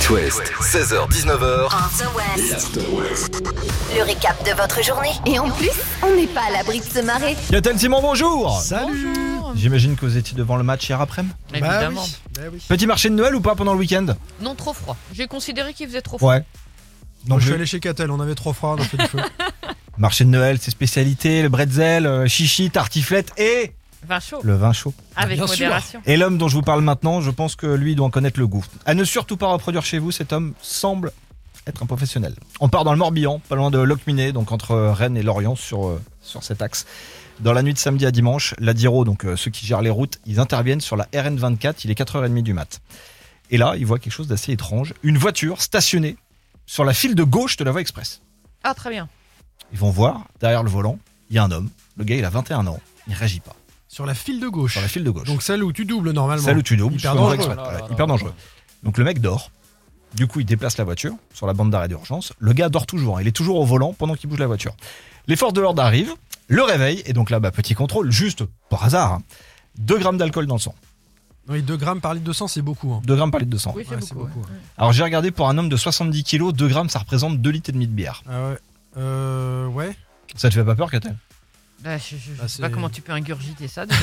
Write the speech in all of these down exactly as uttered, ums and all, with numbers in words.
It West, seize heures dix-neuf heures. After West. Le récap de votre journée. Et en plus, on n'est pas à l'abri de se marrer. Catel Simon, bonjour. Salut. Bonjour. J'imagine que vous étiez devant le match hier après-midi. Évidemment. Bah oui, bah oui. Petit marché de Noël ou pas pendant le week-end? Non, trop froid. J'ai considéré qu'il faisait trop froid. Ouais. Non, Moi, je je- suis allé chez Catel, on avait trop froid, on a fait du feu. Marché de Noël, ses spécialités, le bretzel, euh, chichi, tartiflette et Vin chaud. le vin chaud. Avec bien sûr. modération. Et l'homme dont je vous parle maintenant, je pense que lui doit en connaître le goût. À ne surtout pas reproduire chez vous, cet homme semble être un professionnel. On part dans le Morbihan, pas loin de Locminé, donc entre Rennes et Lorient, sur, euh, sur cet axe. Dans la nuit de samedi à dimanche, la Diro, donc euh, ceux qui gèrent les routes, ils interviennent sur la R N vingt-quatre, il est quatre heures trente du mat. Et là, ils voient quelque chose d'assez étrange. Une voiture stationnée sur la file de gauche de la voie express. Ah, très bien. Ils vont voir, derrière le volant, il y a un homme. Le gars, il a vingt et un ans, il réagit pas. Sur la file de gauche. Sur la file de gauche. Donc celle où tu doubles normalement. Celle où tu doubles, Hyper sur la voie dangereux. express. Oh là là Ouais, là hyper là. dangereux. Donc le mec dort. Du coup, il déplace la voiture sur la bande d'arrêt d'urgence. Le gars dort toujours. hein. Il est toujours au volant pendant qu'il bouge la voiture. Les forces de l'ordre arrivent, le réveillent. Et donc là, bah, petit contrôle, juste par hasard. hein. deux grammes d'alcool dans le sang. Oui, deux grammes par litre de sang, c'est beaucoup. Hein. deux grammes par litre de sang. Oui, c'est Ouais, c'est beaucoup. beaucoup, ouais. ouais. Alors j'ai regardé, pour un homme de soixante-dix kilos, deux grammes, ça représente deux litres et demi de bière. Ah ouais. Euh. Ouais. Ça te fait pas peur, Catel? Bah, je, je- je Bah, sais pas c'est- comment tu peux ingurgiter ça déjà.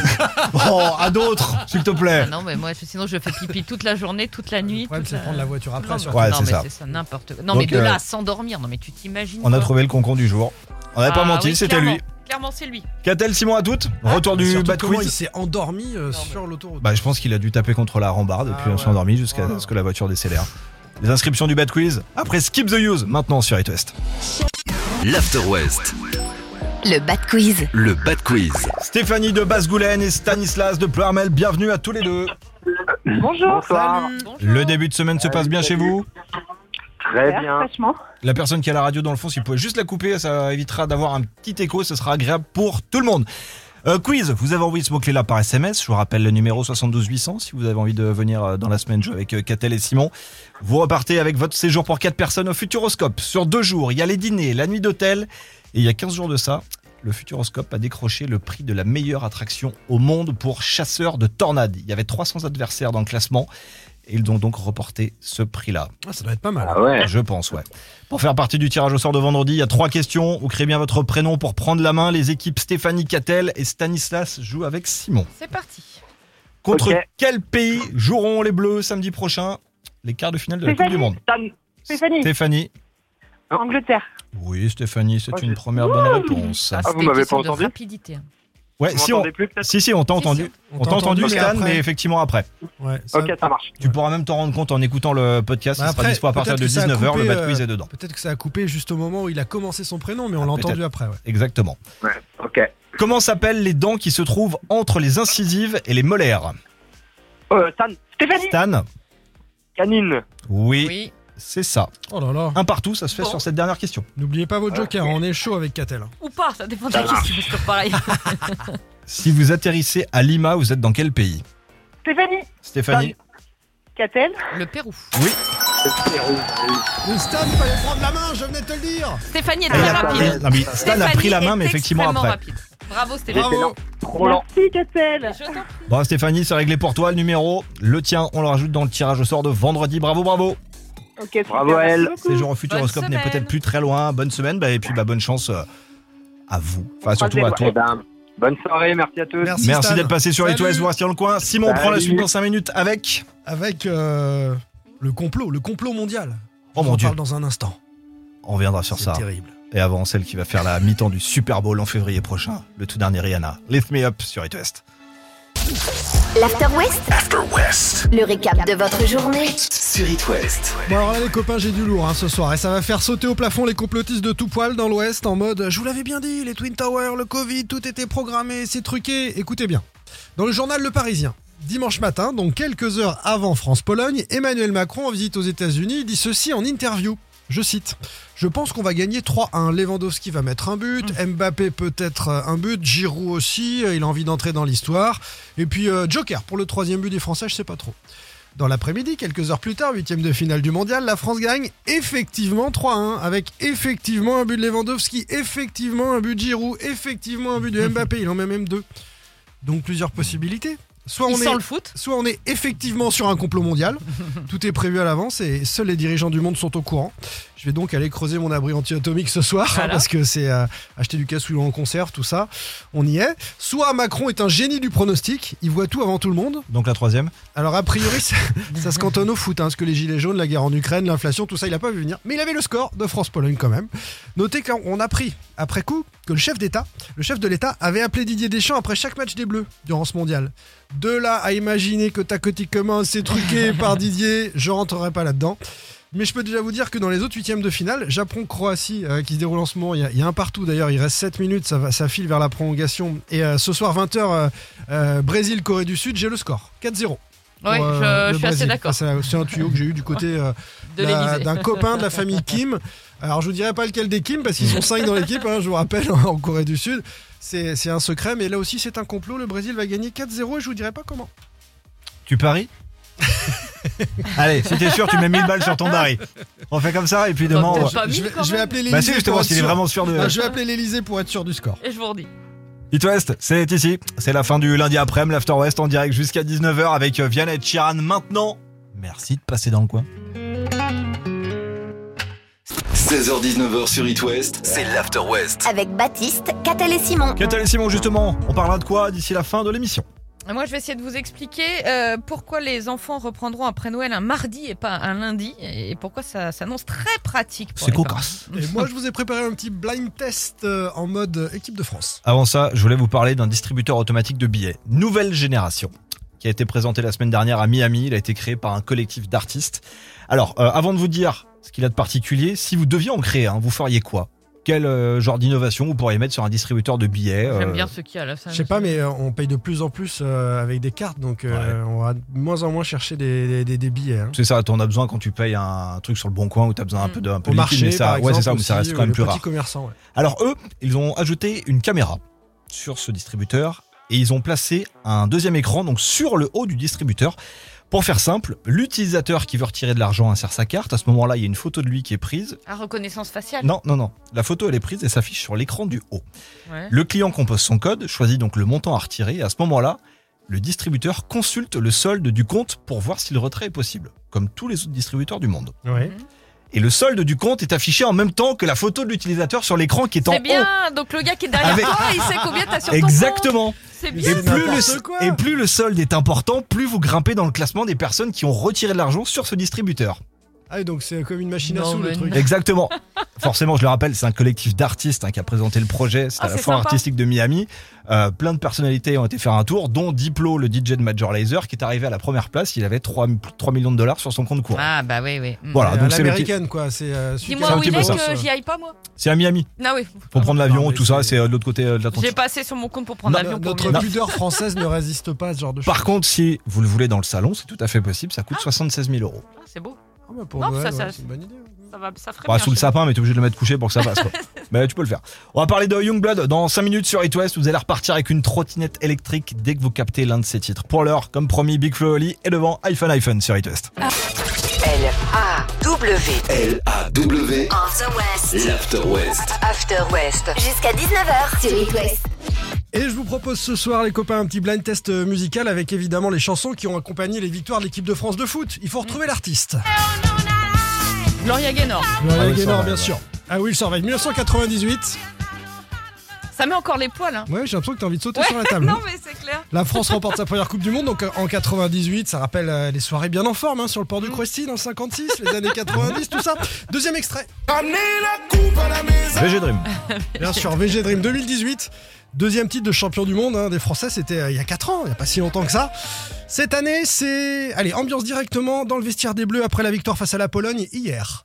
Oh, à d'autres, s'il te plaît. Ah non, mais moi, je- sinon je fais pipi toute la journée, toute la nuit. Le problème, toute c'est de prendre la voiture après. Non, surtout. Ouais, non, c'est mais ça. c'est ça, n'importe quoi. Non, Donc, mais de euh, là à s'endormir, non, mais tu t'imagines. On a quoi. trouvé le concon du jour. On n'avait pas Ah menti, oui, c'était clairement. lui. Clairement, c'est lui. Catel Simon à toutes. Retour Et du surtout, bad comment quiz. il s'est endormi euh, mais- sur l'autoroute. Bah, je pense qu'il a dû taper contre la rambarde et Ah puis on s'est ouais. endormi jusqu'à Voilà. ce que la voiture décélère. Les inscriptions du Bad Quiz après Skip the Use, maintenant sur It West. L'After West, Le Bad Quiz. le Bad Quiz. Stéphanie de Basse-Goulaine et Stanislas de Pleurmel, bienvenue à tous les deux. Bonjour. Salut. Bonjour. Le début de semaine se passe bien chez vous? Très bien. Franchement. La personne qui a la radio dans le fond, si vous pouvez juste la couper, ça évitera d'avoir un petit écho, ce sera agréable pour tout le monde. Euh, quiz, vous avez envie de ce mot-clé là par S M S, je vous rappelle le numéro soixante-douze huit cents si vous avez envie de venir euh, dans la semaine jouer avec euh, Catel et Simon. Vous repartez avec votre séjour pour quatre personnes au Futuroscope. Sur deux jours, il y a les dîners, la nuit d'hôtel, et il y a quinze jours de ça, le Futuroscope a décroché le prix de la meilleure attraction au monde pour chasseurs de tornades. Il y avait trois cents adversaires dans le classement, et ils ont donc reporté ce prix-là. Ah, ça doit être pas mal. Ah ouais. Je pense, ouais. Pour faire partie du tirage au sort de vendredi, il y a trois questions. Vous créez bien votre prénom pour prendre la main. Les équipes Stéphanie, Catel et Stanislas jouent avec Simon. C'est parti. Contre Ok. quel pays joueront les Bleus samedi prochain? Les quarts de finale de la Coupe Stéphanie. du Monde. Stan- Stéphanie. Stéphanie. Angleterre. Oui, Stéphanie, c'est Oh, une j'ai- première bonne réponse. Ah, vous c'était une m'avez question pas de entendu rapidité. hein. Ouais, Vous si on... m'entendez plus peut-être? Si, si, on t'a Si, entendu. si. On t'a entendu, mais Stan, après- mais effectivement après. Ouais, ça- Ok, ça marche. Tu pourras même t'en rendre compte en écoutant le podcast. Bah Il sera après, dispo à partir peut-être de que ça a dix-neuf heures. Le coupé, Bad Quiz euh, est dedans. Peut-être que ça a coupé juste au moment où il a commencé son prénom, mais on Ah, l'a peut-être. entendu après. Ouais. Exactement. Ouais. Ok. Comment s'appellent les dents qui se trouvent entre les incisives et les molaires? Euh, Stan. Stéphanie. Stan? Canine. Oui, Oui. c'est ça. Oh là là. Un partout, ça se fait Bon. sur cette dernière question. N'oubliez pas votre joker, on est chaud avec Catel. Ou pas, ça dépend de la question. C'est toujours pareil. Si vous atterrissez à Lima, vous êtes dans quel pays? Stéphanie. Stéphanie? Catel. Le Pérou. Oui. Mais Stan, fallait prendre la main, je venais de te le dire. Stéphanie est Elle très a- rapide. Non, mais Stan a Stéphanie pris la main, est mais effectivement extrêmement après. rapide. Bravo Stéphanie. Bravo. Trop lent. Merci, Catel. Je t'en prie. Bon, Stéphanie, c'est réglé pour toi. Le numéro, le tien, on le rajoute dans le tirage au sort de vendredi. Bravo, bravo. Ok, super, Bravo à elle. merci beaucoup. Séjour au Futuroscope Bonne n'est semaine. peut-être plus très loin. Bonne semaine. Bah, et puis, bah, bonne chance euh, à vous. Enfin, surtout Croisez à les toi. doigts. Eh ben, bonne soirée, merci à tous. Merci, Merci Stan. d'être passé sur It Salut. West. Vous restez dans le coin. Simon, on prend la Salut. suite dans cinq minutes avec. Avec euh, le complot, le complot mondial. Oh On mon en Dieu. parle dans un instant. On reviendra sur C'est ça. terrible. Et avant, celle qui va faire la mi-temps du Super Bowl en février prochain. Le tout dernier Rihanna. Lift Me Up sur It West. L'After West. After West, Le récap de votre journée. sur It West. Bon alors là les copains, j'ai du lourd hein, ce soir et ça va faire sauter au plafond les complotistes de tout poil dans l'Ouest en mode je vous l'avais bien dit, les Twin Towers, le Covid, tout était programmé, c'est truqué. Écoutez bien. Dans le journal Le Parisien, dimanche matin, donc quelques heures avant France-Pologne, Emmanuel Macron en visite aux États-Unis dit ceci en interview. Je cite, je pense qu'on va gagner trois un. Lewandowski va mettre un but, Mbappé peut-être un but, Giroud aussi, il a envie d'entrer dans l'histoire. Et puis euh, Joker pour le troisième but des Français, je sais pas trop. Dans l'après-midi, quelques heures plus tard, huitième de finale du mondial, la France gagne effectivement trois un, avec effectivement un but de Lewandowski, effectivement un but de Giroud, effectivement un but de Mbappé, il en met même deux. Donc plusieurs possibilités. Soit Il on sent est le foot. Soit on est effectivement sur un complot mondial, tout est prévu à l'avance et seuls les dirigeants du monde sont au courant. Je vais donc aller creuser mon abri anti-atomique ce soir, Voilà. hein, parce que c'est euh, acheter du cassoulet en conserve, tout ça, on y est. Soit Macron est un génie du pronostic, il voit tout avant tout le monde. Donc la troisième. Alors a priori ça, ça se cantonne au foot, hein, parce que les gilets jaunes, la guerre en Ukraine, l'inflation, tout ça il a pas vu venir. Mais il avait le score de France-Pologne quand même. Notez qu'on a appris après coup que le chef d'État, le chef de l'État avait appelé Didier Deschamps après chaque match des Bleus durant ce mondial. De là à imaginer que tactiquement c'est truqué par Didier, je rentrerai pas là-dedans. Mais je peux déjà vous dire que dans les autres huitièmes de finale, Japon-Croatie euh, qui se déroule en ce moment, il y, y a un partout d'ailleurs, il reste sept minutes, ça, va, ça file vers la prolongation. Et euh, ce soir vingt heures, euh, euh, Brésil-Corée du Sud, j'ai le score, quatre zéro. Ouais, pour, je, euh, je le suis assez Brésil. d'accord. Enfin, c'est, c'est un tuyau que j'ai eu du côté euh, De d'un, l'Élysée. d'un copain de la famille Kim. Alors je vous dirai pas lequel des Kim parce qu'ils sont cinq dans l'équipe, hein, je vous rappelle, en Corée du Sud. C'est, c'est un secret, mais là aussi c'est un complot. Le Brésil va gagner quatre zéro et je vous dirai pas comment. Tu paries? Allez, si t'es sûr, tu mets mille balles sur ton baril. On fait comme ça et puis demain. Bah, on peut-être va- pas Je mille vais, quand je vais même. appeler Bah l'Élysée si, justement, pour être s'il est sûr. vraiment sûr de. Ah, je vais appeler l'Élysée pour être sûr du score. Et je vous redis. It West, c'est ici. C'est la fin du lundi après-midi, l'After West en direct jusqu'à dix-neuf heures avec Vianney et Chiran maintenant. Merci de passer dans le coin. seize heures dix-neuf heures sur It West, c'est l'After West. Avec Baptiste, Catel et Simon. Catel et Simon, justement, on parlera de quoi d'ici la fin de l'émission? Moi, je vais essayer de vous expliquer euh, pourquoi les enfants reprendront après Noël un mardi et pas un lundi, et pourquoi ça s'annonce très pratique pour C'est les cocasse. Et moi je vous ai préparé un petit blind test euh, en mode équipe de France. Avant ça, je voulais vous parler d'un distributeur automatique de billets, nouvelle génération, qui a été présenté la semaine dernière à Miami. Il a été créé par un collectif d'artistes. Alors, euh, avant de vous dire ce qu'il a de particulier, si vous deviez en créer un, vous feriez quoi? Quel euh, genre d'innovation vous pourriez mettre sur un distributeur de billets? enfants. J'aime euh, bien ce qu'il y a là. ça Je sais me- pas, mais euh, on paye de plus en plus euh, avec des cartes, donc euh, on va de moins en moins chercher des, des, des- des billets. Hein. C'est ça, t'en as besoin quand tu payes un truc sur le bon coin où t'as besoin un Mm. peu de, un peu Au de marché, liquide, mais ça, par ouais, exemple, c'est ça, mais ça aussi, reste ou quand même les plus petits rare. commerçants, ouais. Alors eux, ils ont ajouté une caméra sur ce distributeur et ils ont placé un deuxième écran donc sur le haut du distributeur. Pour faire simple, l'utilisateur qui veut retirer de l'argent insère sa carte. À ce moment-là, il y a une photo de lui qui est prise. Ah, reconnaissance faciale. Non, non, non. La photo, elle est prise et s'affiche sur l'écran du haut. Ouais. Le client compose son code, choisit donc le montant à retirer et à ce moment-là, le distributeur consulte le solde du compte pour voir si le retrait est possible, comme tous les autres distributeurs du monde. Ouais. Et le solde du compte est affiché en même temps que la photo de l'utilisateur sur l'écran qui est en C'est haut. bien. Donc le gars qui est derrière Avec- toi, il sait combien t'as sur ton compte. Exactement. C'est Mais bien. Et c'est plus, n'importe le, quoi. et plus le solde est important, plus vous grimpez dans le classement des personnes qui ont retiré de l'argent sur ce distributeur. Ah, et donc c'est comme une machine à Non, sous le mais truc. non. Exactement. Forcément, je le rappelle, c'est un collectif d'artistes hein, qui a présenté le projet. C'était Ah, à la c'est foire sympa. artistique de Miami. Euh, plein de personnalités ont été faire un tour, dont Diplo, le D J de Major Lazer, qui est arrivé à la première place. Il avait trois, plus de trois millions de dollars sur son compte courant. Ah bah oui, oui. Mm. Voilà, Euh, donc c'est, le, l'américaine, quoi. C'est, euh, celui qui Dis-moi a- un où petit il peu est ça. que j'y aille pas moi. c'est à Miami. Ah oui. Faut prendre l'avion, Non, mais tout ça. c'est- C'est euh, de l'autre côté euh, de J'ai l'Atlantique. passé sur mon compte pour prendre Non, l'avion pour Notre Miami. pudeur française ne résiste pas à ce genre de choses. Par contre, si vous le voulez dans le salon, c'est tout à fait possible. Ça coûte soixante-seize mille euros. Ah, c'est beau. Ah, bah, pour Non, Noël, ça, ça- ouais, c'est une bonne idée. Ça va, ça ferait Bah, bien sous le chez moi. sapin, mais t'es obligé de le mettre couché pour que ça passe. Quoi. Mais tu peux le faire. On va parler de Youngblood dans cinq minutes sur It West. Vous allez repartir avec une trottinette électrique dès que vous captez l'un de ces titres. Pour l'heure, comme promis, Big Flo Oli est devant iPhone iPhone sur It West. L A W L A W, On the West. l'After West. After West. Jusqu'à dix-neuf heures sur It West. Et je vous propose ce soir, les copains, un petit blind test musical avec évidemment les chansons qui ont accompagné les victoires de l'équipe de France de foot. Il faut retrouver l'artiste. Gloria Gaynor. Gloria Ah oui, Gaynor, ça va, bien ouais. sûr. Ah oui, il sort avec dix-neuf cent quatre-vingt-dix-huit. Ça met encore les poils. Hein. Ouais, j'ai l'impression que t'as envie de sauter Ouais, sur la table. non mais c'est clair. La France remporte sa première Coupe du Monde donc en quatre-vingt-dix-huit, ça rappelle euh, les soirées bien en forme hein, sur le port du Krusty dans le cinquante-six, les années quatre-vingt-dix, tout ça. Deuxième extrait, V G Dream. bien sûr, V G Dream deux mille dix-huit. Deuxième titre de champion du monde hein, des Français, c'était euh, il y a quatre ans, il n'y a pas si longtemps que ça. Cette année, c'est... Allez, ambiance directement dans le vestiaire des Bleus après la victoire face à la Pologne hier.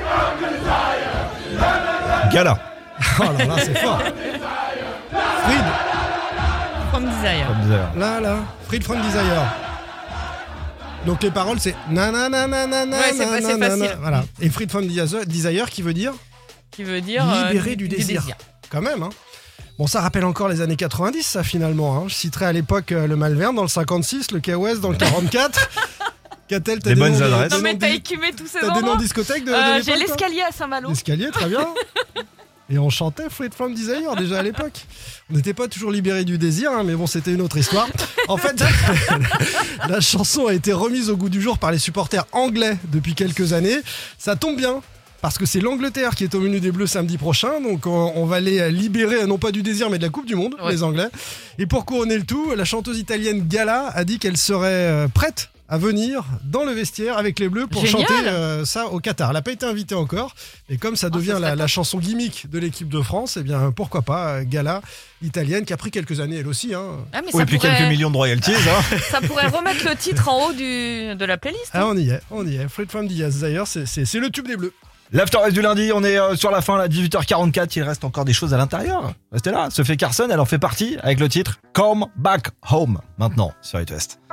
Gala. Oh là là, c'est fort. Fried, From Desire. Comme disait. là là, Fried from Desire. Donc les paroles c'est nanananana. Ouais, c'est pas- c'est facile. Voilà. Et Fried from Desire Desire qui veut dire Qui veut dire euh, libéré du désir. Quand même, hein. Bon, ça rappelle encore les années quatre-vingt-dix, ça, finalement. Hein. Je citerai à l'époque euh, le Malvern dans le cinquante-six, le K-West dans le quarante-quatre. Qu'a-t-elle t'as Des des bonnes noms de- adresses. des Non mais noms t'as de- écumé tous ces T'as des noms de endroits. discothèques de, de Euh, l'époque, J'ai toi l'escalier à Saint-Malo. L'escalier, très bien. Et on chantait Freed from Desire déjà à l'époque. On n'était pas toujours libérés du désir, hein, mais bon, c'était une autre histoire. En fait, la chanson a été remise au goût du jour par les supporters anglais depuis quelques années. Ça tombe bien. Parce que c'est l'Angleterre qui est au menu des Bleus samedi prochain, donc on, on va les libérer non pas du désir mais de la Coupe du Monde, ouais. Les Anglais. Et pour couronner le tout, la chanteuse italienne Gala a dit qu'elle serait prête à venir dans le vestiaire avec les Bleus pour Génial. chanter euh, ça au Qatar. Elle n'a pas été invitée encore, mais comme ça devient oh, ça la, la chanson gimmick de l'équipe de France, eh bien pourquoi pas Gala, italienne, qui a pris quelques années elle aussi. Hein. Ah, mais oui, ça et puis pourrait... quelques millions de royalties. Hein. Ça pourrait remettre le titre en haut du... de la playlist. Ah, on y est, on y est. Freed from Desire, c'est, c'est, c'est le tube des Bleus. L'After West du lundi, on est euh, sur la fin, là, dix-huit heures quarante-quatre, il reste encore des choses à l'intérieur. Restez là, Sophie Carson, elle en fait partie avec le titre Come Back Home, maintenant sur It West.